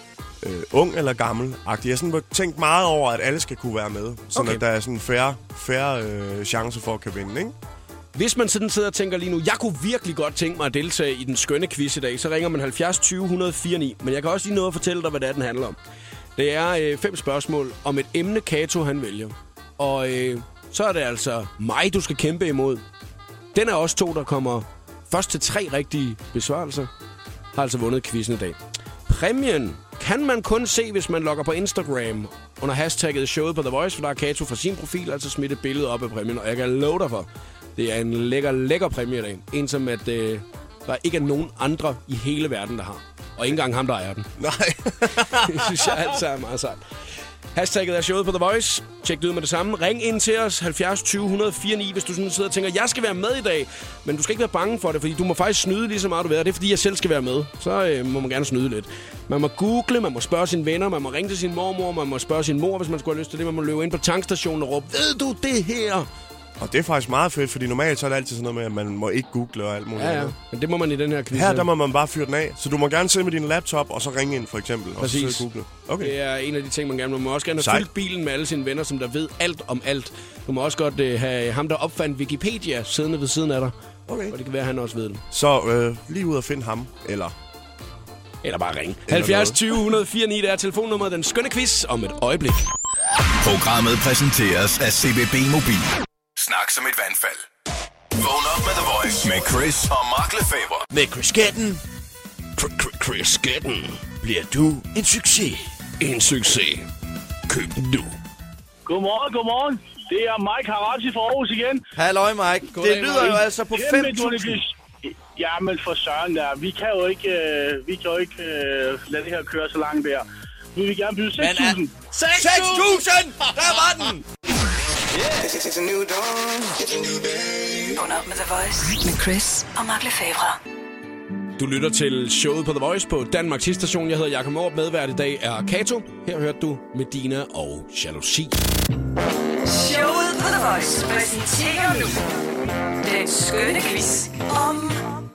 øh, ung eller gammel. Jeg har sådan tænkt meget over, at alle skal kunne være med. Sådan Okay. at der er sådan en færre, færre øh, chance for at kan vinde, ikke? Hvis man sådan sidder og tænker lige nu, jeg kunne virkelig godt tænke mig at deltage i den skønne quiz i dag, så ringer man halvfjerds tyve et nul fire ni. Men jeg kan også lige nå at fortælle dig, hvad det er, den handler om. Det er øh, fem spørgsmål om et emne, Kato han vælger. Og øh, så er det altså mig, du skal kæmpe imod. Den er også to, der kommer først til tre rigtige besvarelser, har altså vundet quizzen i dag. Præmien kan man kun se, hvis man logger på Instagram under hashtagget showet på The Voice, for der er Kato fra sin profil, altså smidt et billede op af præmien, og jeg kan love dig for, det er en lækker, lækker præmie i dag. En, som at øh, der ikke er nogen andre i hele verden, der har. Og ikke engang ham, der ejer den. Nej. Det synes jeg altså er meget sejt. Hashtagget er showet på The Voice. Tjek det ud med det samme. Ring ind til os halvfjerds tyve et nul fire ni, hvis du sådan sidder og tænker, jeg skal være med i dag. Men du skal ikke være bange for det, fordi du må faktisk snyde lige så meget, du ved. Det er, fordi jeg selv skal være med. Så øh, må man gerne snyde lidt. Man må google, man må spørge sine venner, man må ringe til sin mormor, man må spørge sin mor, hvis man skulle have lyst til det. Man må løbe ind på tankstationen og råbe, ved du det her? Og det er faktisk meget fedt, fordi normalt så er det altid sådan noget med, at man må ikke google og alt muligt. Ja, ja. andet. Men det må man i den her quiz. Her der må man bare fyre den af. Så du må gerne sidde med din laptop og så ringe ind, for eksempel. Præcis. Og så sidde og google. Okay. Det er en af de ting, man gerne må. Man må også gerne have Sejt. fyldt bilen med alle sine venner, som der ved alt om alt. Du må også godt øh, have ham, der opfandt Wikipedia, siddende ved siden af dig. Okay. Og det kan være, at han også ved det. Så øh, lige ud og finde ham, eller... Eller bare ring. halvfjerds tyve et nul fire ni, der er telefonnummeret. Den skønne quiz om et øjeblik. Programmet præsenteres af C B B Mobil. Snak som et vandfald. Vågn op med The Voice med Chris og Mark Lefebvre. Med Chris-Getten. Chris-Getten. Bliver du en succes? En succes. Køb den nu. Godmorgen, godmorgen. Det er Mike Harati fra Aarhus igen. Halløj, Mike. Goddag, Det lyder Mike. jo altså på fem tusind. Ja, men for søren der. Vi kan jo ikke, øh, vi kan jo ikke øh, lade det her køre så langt der. Vi vil gerne byde seks tusind. seks tusind! Der var den! Vågn op med The Voice med Chris og Mark Lefebvre. Du lytter til showet på The Voice på Danmarks station. Jeg hedder Jakob Måb. Medvært i dag er Kato. Her hørte du Medina og Jalousi. Showet på The Voice præsenterer nu den skønne quiz om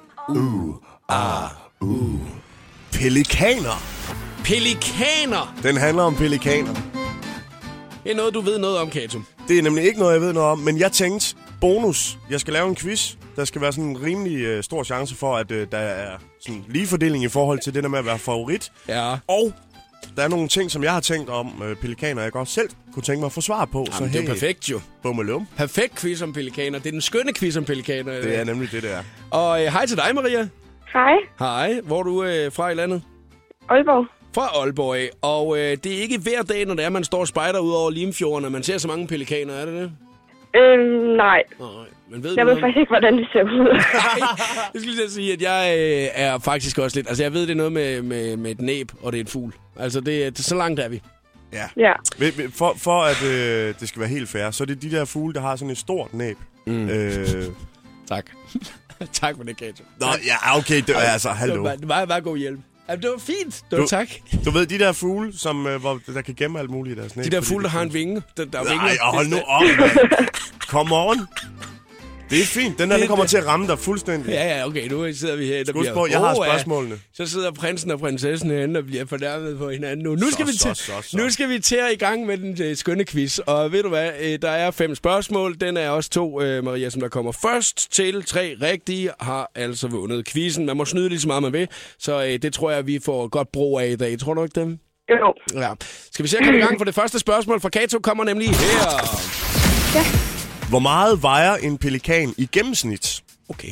Pelikaner. Pelikaner. Den handler om pelikaner. Det er noget, du ved noget om, Kato. Det er nemlig ikke noget, jeg ved noget om, men jeg tænkte, bonus. Jeg skal lave en quiz. Der skal være sådan en rimelig øh, stor chance for, at øh, der er sådan lige fordeling i forhold til det der med at være favorit. Ja. Og der er nogle ting, som jeg har tænkt om øh, pelikaner, jeg godt selv kunne tænke mig at få svar på. Jamen, så det er jo perfekt jo. Bummelum. Perfekt quiz om pelikaner. Det er den skønne quiz om pelikaner. Det er nemlig det, det er. Og øh, hej til dig, Maria. Hej, Hej. Hvor er du øh, fra i landet? Aalborg. Fra Aalborg af. Og øh, det er ikke hver dag, når det er, man står og spejder ud over Limfjorden, og man ser så mange pelikaner, er det det? Øhm, nej. Nej, men ved Jeg du ved noget? faktisk ikke, hvordan det ser ud. Jeg skulle lige til at sige, at jeg øh, er faktisk også lidt... Altså, jeg ved, det er noget med, med, med et næb, og det er et fugl. Altså, det, det, så langt er vi. Ja. Ja. Ved- ved- For, for at øh, det skal være helt fair, så er det de der fugle, der har sådan et stort næb. Mm. Øh, Tak. tak for det, Kato. Nå, ja, okay, det er altså, Det hallo. var, bare- det var bare god hjælp. Jamen, det var fint. Det var Du- tak. Du ved, de der fugle, som, øh, hvor, der kan gemme alt muligt i deres næb. De der fordi fugle, der det- har en vinge. Der, der er Nej, vinger. og hold nu op, mand. Come on. Det er fint. Den der, Det- den kommer det- til at ramme dig fuldstændig. Ja, ja, okay. Nu sidder vi her. Der Husk bliver på, jeg har ro af- spørgsmålene. Så sidder prinsen og prinsessen herinde og bliver fornærmet på hinanden nu. Nu skal, Så, vi så, til, så, så. nu skal vi til at i gang med den øh, skønne quiz. Og ved du hvad, øh, der er fem spørgsmål. Den er også to, øh, Maria, som der kommer først til. Tre rigtige har altså vundet quizzen. Man må snyde lige så meget, man vil. Så øh, det tror jeg, vi får godt brug af i dag. Tror du ikke det? Jo. Ja. Skal vi se at komme i gang, for det første spørgsmål fra Kato kommer nemlig her. Hvor meget vejer en pelikan i gennemsnit? Okay.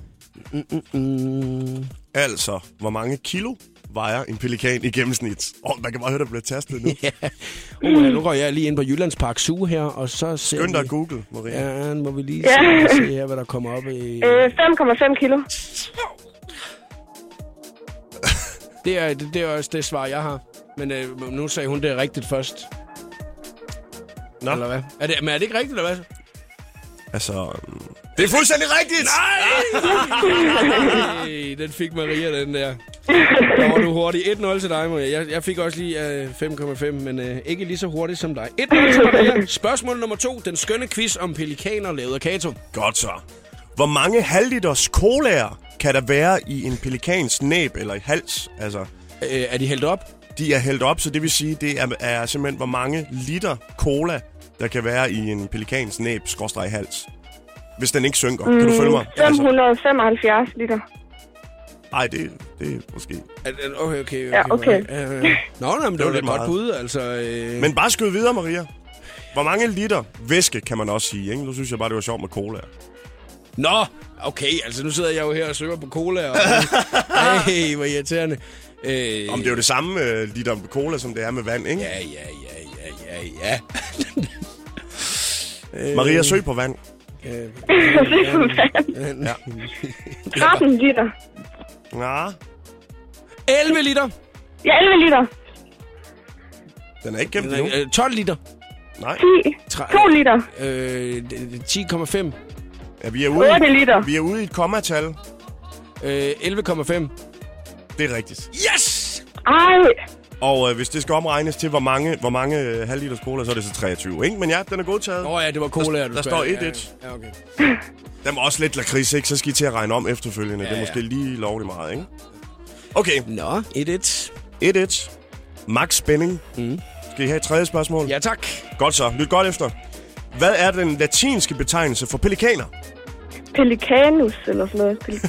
Altså, hvor mange kilo vejer en pelikan i gennemsnit? Åh, oh, man kan bare høre, der bliver tastet nu. Ja. Uh, nu går jeg lige ind på Jyllands Park Zoo her, og så ser Skynd dig vi... at google, Maria. Ja, må vi lige Ja. se, se her, hvad der kommer op i... Øh, fem komma fem kilo. Det er, det, det er også det svar, jeg har. Men øh, nu sagde hun, det er rigtigt først. Nå. Eller hvad? Er det, men er det ikke rigtigt, eller hvad? Altså, um, det er fuldstændig rigtigt! Hey, den fik Maria, den der. Der var du hurtig. et nul til dig, Maria. Jeg, jeg fik også lige øh, fem komma fem, men øh, ikke lige så hurtigt som dig. et nul til Maria. Spørgsmål nummer to. Den skønne quiz om pelikaner lavet af Kato. Godt så. Hvor mange halvliters colaer kan der være i en pelikans næb eller i hals? Altså, Øh, er de hældt op? de er hældt op, så det vil sige, det er, er simpelthen, hvor mange liter cola, der kan være i en pelikans næb, skråstreg hals. Hvis den ikke synker. Mm, kan du følge mig? fem hundrede og femoghalvfjerds liter. Nej, det, det er måske... Okay, okay. okay ja, okay. Uh, Nå, nej, men det, det var lidt godt bud, altså... Øh... Men bare skyd videre, Maria. Hvor mange liter væske, kan man også sige, ikke? Nu synes jeg bare, det var sjovt med cola. Nå, okay, altså nu sidder jeg jo her og søger på cola, og... Hey, hvor irriterende. Øh... Om det er jo det samme uh, liter cola, som det er med vand, ikke? Ja, ja, ja, ja, ja, ja. Maria, søg på vand. Ja. tretten liter. Ja. elleve liter. Ja, elleve liter. Den er ikke gemt endnu. tolv liter. Nej. ti. to liter. Øh, ti komma fem. Ja, vi er ude, otte liter. Vi er ude i et kommatal. Øh, elleve komma fem. Det er rigtigt. Yes! Ej. Og øh, hvis det skal omregnes til, hvor mange, hvor mange øh, halv liters cola, så er det så treogtyve, ikke? Men ja, den er godtaget. Åh oh, ja, det var cola, der, du der står et et. Ja, okay. Den var også lidt lakrids, ikke? Så skal I til at regne om efterfølgende. Ja, det er måske ja. lige lovligt meget, ikke? Okay. Nå, et et. et et. Max spænding. Mm. Skal I have et tredje spørgsmål? Ja, tak. Godt så. Lyt godt efter. Hvad er den latinske betegnelse for pelikaner? Pelicanus, eller sådan noget. Pel- det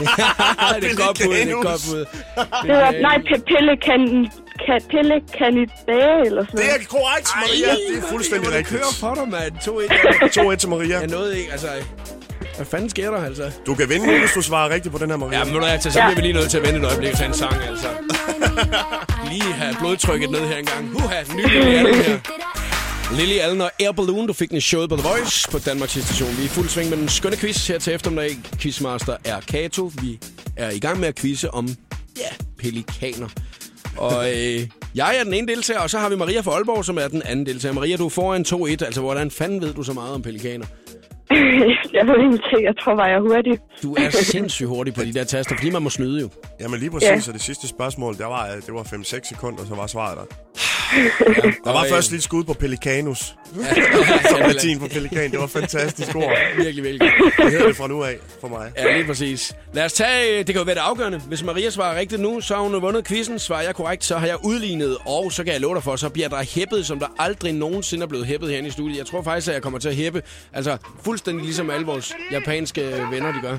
er godt bud, det er godt bud. Det var, nej, pe- pelikan... Pelicanidae, eller sådan noget. Det er korrekt, Maria. Ej, det er fuldstændig rigtigt. Jeg kører for dig, mand. to et. to et til Maria. Jeg nåede ikke, altså... Hvad fanden sker der, altså? Du kan vinde nu, hvis du svarer rigtigt på den her, Maria. Ja, men når jeg tager, så bliver vi lige nødt til at vente et øjeblik til en sang, altså. Lige have blodtrykket ned her engang. Huha, ny Lily Allen her. Lily Allen og Air Balloon, du fik den i showet på The Voice på Danmarks station. Vi er i fuld sving med den skønne quiz her til eftermiddag. Quizmaster er Kato. Vi er i gang med at quizze om, ja, pelikaner. Og øh, jeg er den ene deltager, og så har vi Maria fra Aalborg, som er den anden deltager. Maria, du er foran to et. Altså, hvordan fanden ved du så meget om pelikaner? Jeg ved ingenting. Jeg tror bare, jeg er hurtig. Du er sindssygt hurtig på de der taster, fordi man må snyde jo. Jamen lige præcis, ja. Så det sidste spørgsmål, der var, det var fem seks sekunder, så var svaret der. Ja, der var først lidt skud på pelikanus. Ja, som latin på pelikan. Det var fantastisk ord. Virkelig, virkelig. Det hedder det fra nu af for mig. Ja, lige præcis. Lad os tage... Det kan jo være det afgørende. Hvis Maria svarer rigtigt nu, så har hun vundet quizzen. Svarer jeg korrekt, så har jeg udlignet. Og så kan jeg love dig for, så bliver der hæppet, som der aldrig nogensinde er blevet hæppet herinde i studiet. Jeg tror faktisk, at jeg kommer til at hæppe. Altså, fuldstændig ligesom alle vores japanske venner, de gør.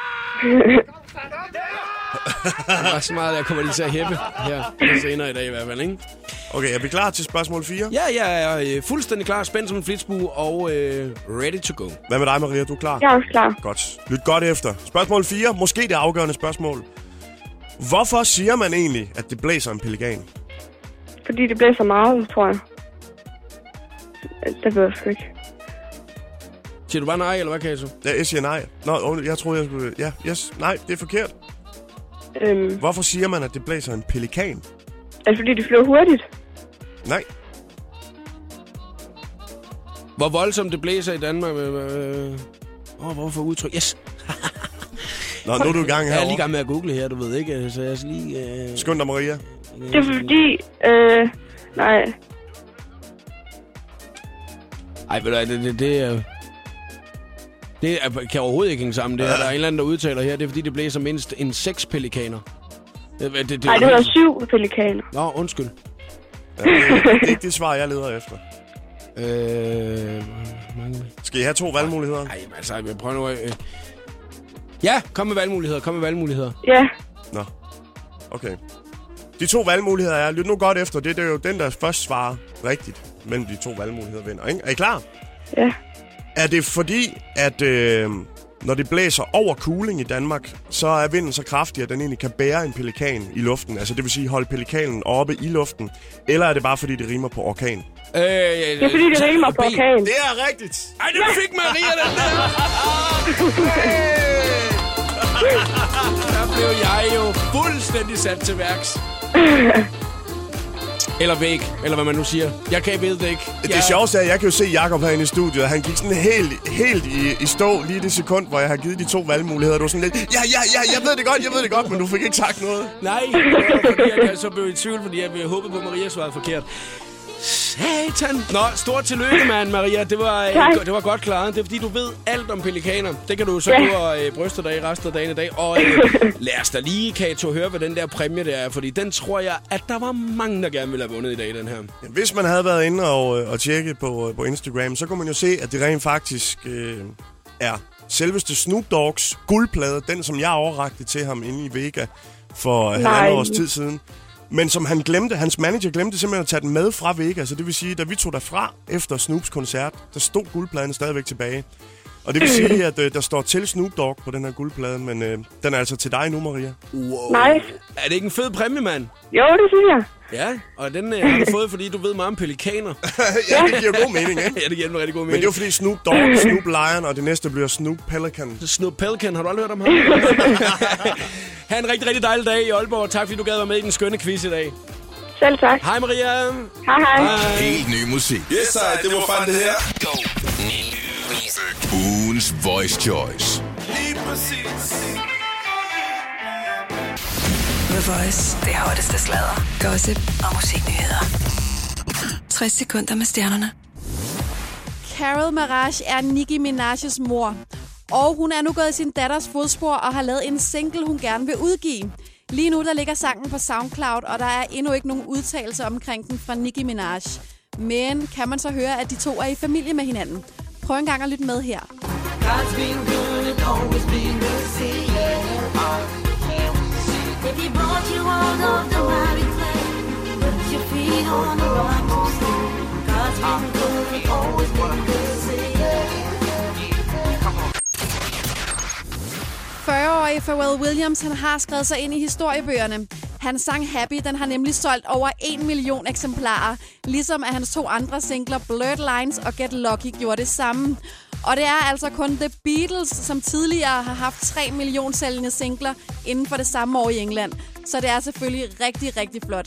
Det er så meget, at jeg kommer lige til at hæppe her senere i dag i hvert fald, ikke? Okay, er vi klar til spørgsmål fire? Ja, jeg er øh, fuldstændig klar, spændt som en flitsbue og øh, ready to go. Hvad med dig, Maria? Du er klar? Jeg er også klar. Godt. Lyt godt efter. Spørgsmål fire, måske det afgørende spørgsmål. Hvorfor siger man egentlig, at det blæser en pelikan? Fordi det blæser meget, tror jeg. Det ved jeg sgu ikke. Siger du bare nej, eller hvad, Kato? Ja, jeg siger nej. Nå, jeg troede, jeg skulle... Ja, yes. Nej, det er forkert. Øhm. Hvorfor siger man, at det blæser en pelikan? Er det fordi, de flyver hurtigt? Nej. Hvor voldsomt det blæser i Danmark. Åh, øh, oh, hvorfor udtryk? Yes! Nå, nu er du i gang her. Jeg er lige i gang med at google her, du ved ikke. Så jeg skal lige... Øh... Skynd dig, Maria. Det er fordi... Øh, nej. Ej, ved du, det, det, det er... Det er, kan overhovedet ikke hænge sammen. Det er, der er en eller anden, der udtaler her. Det er fordi, det blæser mindst en seks pelikaner. Nej, det, det, det hedder syv pelikaner. Nå, undskyld. Ja, det, er, det er ikke det svar, jeg leder efter. Øh, mange... Skal I have to valgmuligheder? Nej, altså, jeg prøver nu... Øh... Ja, kom med valgmuligheder, kom med valgmuligheder. Ja. Nå, okay. De to valgmuligheder er, lyt nu godt efter, det, det er jo den, der først svarer rigtigt mellem de to valgmuligheder vinder, ikke? Er I klar? Ja. Er det fordi, at øh, når det blæser over kuling i Danmark, så er vinden så kraftig, at den egentlig kan bære en pelikan i luften? Altså det vil sige holde pelikanen oppe i luften? Eller er det bare fordi, det rimer på orkan? Øh, det er fordi, det rimer på orkan. Det er rigtigt! Ej, det fik Maria, den der! Der blev jeg jo fuldstændig sat til værks. Eller væk, eller hvad man nu siger. Jeg kan ved det ikke. Det er sjovt, at jeg kan jo se Jakob herinde i studiet, og han gik sådan helt, helt i, i stå lige det sekund, hvor jeg har givet de to valgmuligheder. Du var sådan lidt, ja, ja, ja, jeg ved det godt, jeg ved det godt, men du fik ikke sagt noget. Nej, fordi jeg så blev i tvivl, fordi jeg håbede på, at Maria svarede forkert. satan. Nå, stort tillykke, mand, Maria. Det var, øh, det var godt klaret. Det er, fordi du ved alt om pelikaner. Det kan du så ja. gå og øh, bryste dig i resten af dagen i dag. Og øh, lad os da lige, Kato, høre, hvad den der præmie der er. Fordi den tror jeg, at der var mange, der gerne ville have vundet i dag, den her. Ja, hvis man havde været inde og, og tjekke på, på Instagram, så kunne man jo se, at det rent faktisk øh, er selveste Snoop Dogg's guldplade. Den, som jeg overrakte til ham inde i Vega for halvandet års tid siden. Men som han glemte, hans manager glemte simpelthen at tage den med fra Vega. Så det vil sige, da vi tog derfra efter Snoops koncert, der stod guldpladen stadigvæk tilbage. Og det vil sige, at øh, der står til Snoop Dogg på den her guldplade, men øh, den er altså til dig nu, Maria. Wow. Nice. Er det ikke en fed præmie, mand? Jo, det synes jeg. Ja, og den øh, har du fået, fordi du ved meget om pelikaner. Ja, det giver god mening, ikke? Ja, det giver en rigtig god mening. Men det er jo fordi Snoop Dogg, Snoop Lion, og det næste bliver Snoop Pelican. Snoop Pelican, har du aldrig hørt om ham? Ha' en rigtig, rigtig dejlig dag i Aalborg. Tak fordi du gad være med i den skønne quiz i dag. Selv tak. Hej Maria. Hej, hej. Helt ny musik. Yes, sir, det var fandme det her. Go. Ugens Voice Choice. Lige præcis. The Voice. Det hotteste sladder, gossip og musiknyheder. tres sekunder med stjernerne. Carol Maraj er Nicki Minaj's mor. Og hun er nu gået i sin datters fodspor og har lavet en single, hun gerne vil udgive. Lige nu der ligger sangen på SoundCloud, og der er endnu ikke nogen udtalelse omkring den fra Nicki Minaj. Men kan man så høre, at de to er i familie med hinanden? Prøv en gang at lytte med her. fyrre-årige Pharrell Williams, han har skrevet sig ind i historiebøgerne. Hans sang Happy, den har nemlig solgt over en million eksemplarer, ligesom at hans to andre singler Blurred Lines og Get Lucky gjorde det samme. Og det er altså kun The Beatles, som tidligere har haft tre million sælgende singler inden for det samme år i England. Så det er selvfølgelig rigtig, rigtig flot.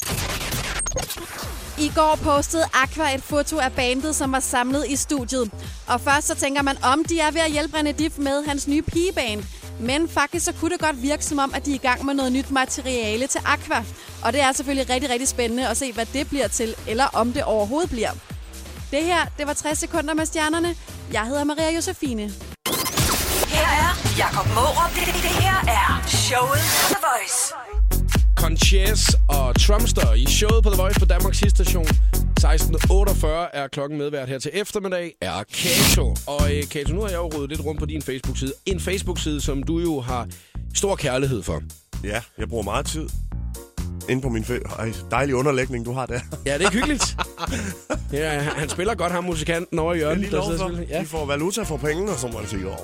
I går postede Aqua et foto af bandet, som var samlet i studiet. Og først så tænker man, om de er ved at hjælpe René Dif med hans nye pigeband. Men faktisk så kunne det godt virke som om, at de er i gang med noget nyt materiale til Aqua. Og det er selvfølgelig rigtig, rigtig spændende at se, hvad det bliver til, eller om det overhovedet bliver. Det her, det var tres sekunder med stjernerne. Jeg hedder Maria Josefine. Her er Jakob Mårup. Det, det her er showet på The Voice. Conchess og Trumpster i showet på The Voice på Danmarks station. seksten otteogfyrre er klokken medvært her til eftermiddag, er Kato. Og øh, Kato, nu har jeg jo rodet lidt rundt på din Facebook-side. En Facebook-side, som du jo har stor kærlighed for. Ja, jeg bruger meget tid inde på min fe- Ej, dejlige underlægning, du har der. Ja, det er hyggeligt. Ja, han spiller godt, ham musikanten over i hjørnet. Det er lige lov for. Ja. De får valuta for pengene, som man siger.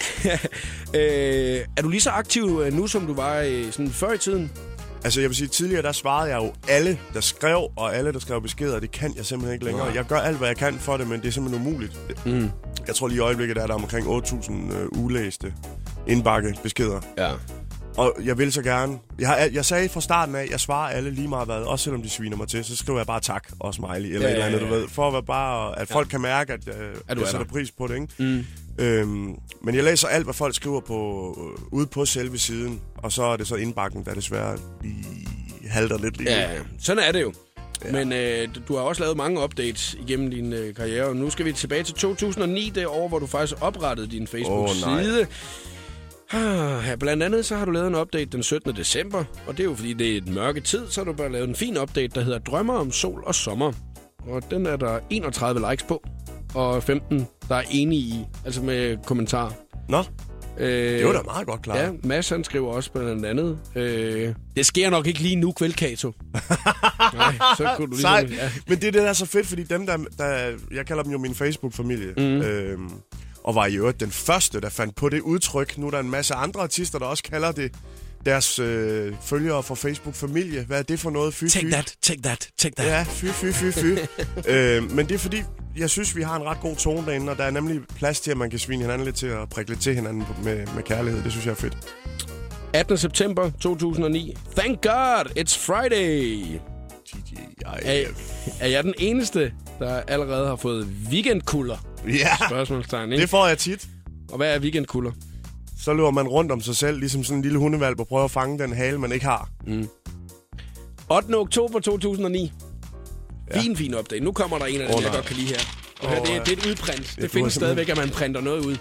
øh, er du lige så aktiv nu, som du var øh, sådan før i tiden? Altså, jeg vil sige, tidligere, der svarede jeg jo alle, der skrev, og alle, der skrev beskeder. Det kan jeg simpelthen ikke længere. Jeg gør alt, hvad jeg kan for det, men det er simpelthen umuligt. Mm. Jeg tror lige i øjeblikket, der er der omkring otte tusind øh, ulæste indbakke beskeder. Ja. Og jeg vil så gerne... Jeg, har, jeg sagde fra starten af, at jeg svarer alle lige meget hvad, også selvom de sviner mig til. Så skriver jeg bare tak og smiley, eller ja, et eller andet, ja, ja. du ved. For at, bare, at folk ja. kan mærke, at, øh, at jeg sætter pris på det, ikke? Mm. Øhm, men jeg læser alt, hvad folk skriver på, øh, ude på selve siden. Og så er det så indbakken, der desværre lige halter lidt lige. Ja, sådan er det jo. Ja. Men øh, du har også lavet mange updates igennem din øh, karriere. Og nu skal vi tilbage til to tusind og ni, det år, hvor du faktisk oprettede din Facebook-side. Oh, ja, blandt andet så har du lavet en update den syttende december. Og det er jo fordi, det er et mørke tid, så har du bare lavet en fin update, der hedder Drømmer om sol og sommer. Og den er der enogtredive likes på. Og femten, der er enige i. Altså med kommentar. Nå, øh, det var da meget godt klart. Ja, Mads han skriver også blandt andet. Øh, det sker nok ikke lige nu, kvæl, Kato. Nej, så kunne du lige... Sej. Ja. Men det er det, der er så fedt, fordi dem, der... der jeg kalder dem jo min Facebook-familie. Mm. Øh, og var i øvrigt den første, der fandt på det udtryk. Nu er der en masse andre artister, der også kalder det deres øh, følgere fra Facebook-familie. Hvad er det for noget? Fy, take fy. that, take that, take that. Ja, fy, fy, fy, fy. øh, men det er fordi, jeg synes, vi har en ret god tone derinde, og der er nemlig plads til, at man kan svine hinanden lidt til at prikke lidt til hinanden med, med kærlighed. Det synes jeg er fedt. attende september to tusind og ni. Thank God, it's Friday. T G I F. Er, er jeg den eneste, der allerede har fået weekendkulder? Ja, spørgsmålstegn, ikke? Det får jeg tit. Og hvad er weekendkulder? Så løber man rundt om sig selv, ligesom sådan en lille hundevalp, og prøver at fange den hale, man ikke har. Mm. ottende oktober to tusind og ni. Ja. Fin, fin update. Nu kommer der en af dem, oh, jeg godt kan lide her. Og oh, det, det er et udprint. Det, det findes stadigvæk, at man printer noget ud.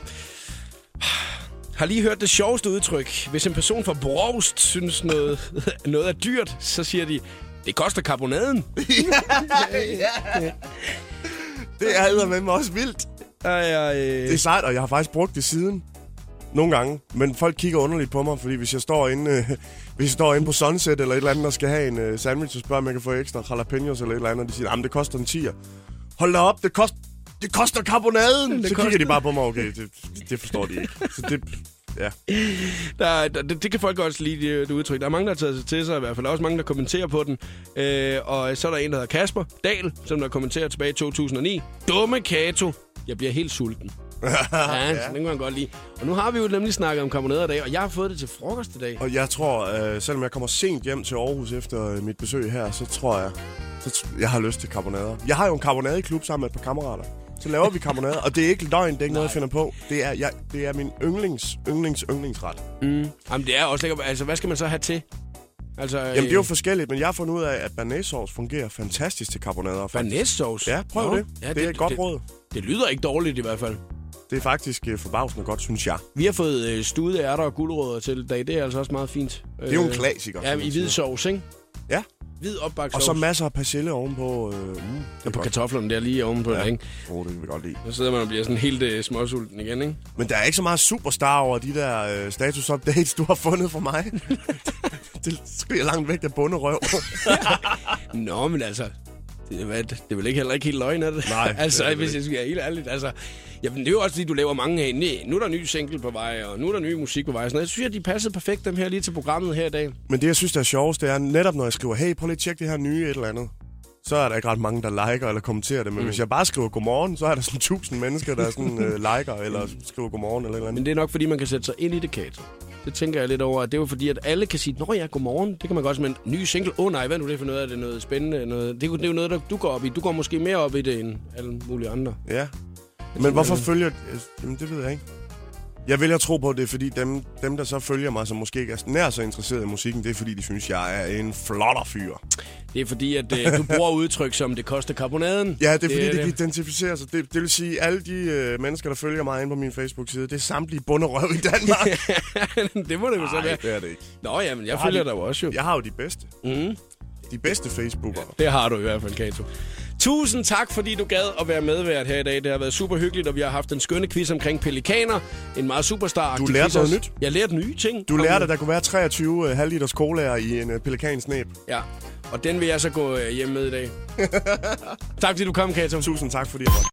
Har lige hørt det sjoveste udtryk. Hvis en person fra Brovst synes noget, noget er dyrt, så siger de, det koster karbonaden. ja, ja. Det er eddermame også vildt. Ej, ej. Det er sejt, og jeg har faktisk brugt det siden. Nogle gange. Men folk kigger underligt på mig, fordi hvis jeg står inde, øh, hvis jeg står inde på Sunset eller et eller andet, og skal have en øh, sandwich, så spørger, om jeg kan få ekstra jalapenos eller et eller andet, og de siger, jamen det koster en tier. Hold da op, det, kost, det koster karbonaden! Det så koster... kigger de bare på mig, okay, det, det forstår de ikke. Så det, ja. Der, der, det, det kan folk også lide, det, det udtryk. Der er mange, der har taget sig til sig i hvert fald. Der er også mange, der kommenterer på den. Øh, og så er der en, der hedder Kasper Dahl, som der kommenterer tilbage i to tusind og ni. Dumme Kato. Jeg bliver helt sulten. ja, ja. Den kan man godt lide. Og nu har vi jo nemlig snakket om karbonader i dag, og jeg har fået det til frokost i dag. Og jeg tror, øh, selvom jeg kommer sent hjem til Aarhus efter øh, mit besøg her, så tror jeg, så t- jeg har lyst til karbonader. Jeg har jo en karbonadeklub sammen med et par kammerater. Så laver vi karbonader, og det er ikke løgn, det er ikke noget, jeg finder på. Det er, jeg, det er min yndlings, yndlings, yndlingsret. Mm. Jamen, det er også lækkert. Altså, hvad skal man så have til? Altså, Jamen, det er jo forskelligt, men jeg har fundet ud af, at banæssauce fungerer fantastisk til karbonader. Banæssauce? Ja, prøv Nå. det. Ja, det. Det er et godt det, råd. Det lyder ikke dårligt i hvert fald. Det er faktisk uh, forbavsende godt, synes jeg. Vi har fået øh, stuede ærter og gulerødder til i dag. Det er altså også meget fint. Det er jo en klassiker. Ja, i hvid sovs, ikke? Ja. Hvid opbagt og så masser af persille ovenpå. Øh, mm, og på kartoflerne der lige ovenpå, ja. Ikke? Åh, oh, det kan vi godt lide. Så sidder man og bliver sådan helt øh, småsulten igen, ikke? Men der er ikke så meget superstar over de der øh, status-updates, du har fundet for mig. Det skriger langt væk af bunderøv. Nå, men altså... Det er, det er vel ikke heller ikke helt løgn, er det? Nej. altså, det er hvis jeg skal være helt ærligt. Altså, jamen, det er jo også fordi, du laver mange her. Nej, nu er der ny single på vej, og nu er der ny musik på vej. Så jeg synes, at de passede perfekt dem her lige til programmet her i dag. Men det, jeg synes, der er sjovest, det er netop, når jeg skriver, hey, prøv lige at tjekke det her nye et eller andet. Så er der ikke ret mange, der liker eller kommenterer det. Men mm. hvis jeg bare skriver godmorgen, så er der sådan tusind mennesker, der sådan uh, liker eller skriver godmorgen eller et eller andet. Men det er nok, fordi man kan sætte sig ind i det, Kato. Det tænker jeg lidt over, at det er jo fordi, at alle kan sige, nå ja, godmorgen, det kan man godt, men ny single, åh oh, nej, hvad er nu det for noget, er det noget spændende? Noget? Det, det er jo noget, der du går op i. Du går måske mere op i det, end alle mulige andre. Ja, jeg men hvorfor jeg... følger... Jamen, det ved jeg ikke. Jeg vælger at tro på, det er fordi dem, dem, der så følger mig, som måske ikke er nær så interesseret i musikken, det er fordi, de synes, jeg er en flotter fyr. Det er fordi, at øh, du bruger udtryk som, det koster karbonaden. Ja, det er fordi, det, det kan identificere sig. Det, det vil sige, alle de øh, mennesker, der følger mig inde på min Facebook-side, det er samtlige bunderøv i Danmark. Det må det jo så være. det er det ikke. Nå ja, men jeg, jeg følger dig jo også jo. Jeg har jo de bedste. Mm. De bedste Facebookere. Det har du i hvert fald, Kato. Tusind tak, fordi du gad at være medvært her i dag. Det har været super hyggeligt, og vi har haft en skønne quiz omkring pelikaner. En meget superstar. Du lærte noget nyt. Jeg lærte nye ting. Du lærte, at der kunne være treogtyve halvliters colaer i en uh, pelikansnæb. Ja, og den vil jeg så gå uh, hjem med i dag. Tak, fordi du kom, Kato. Tusind tak, fordi jeg var.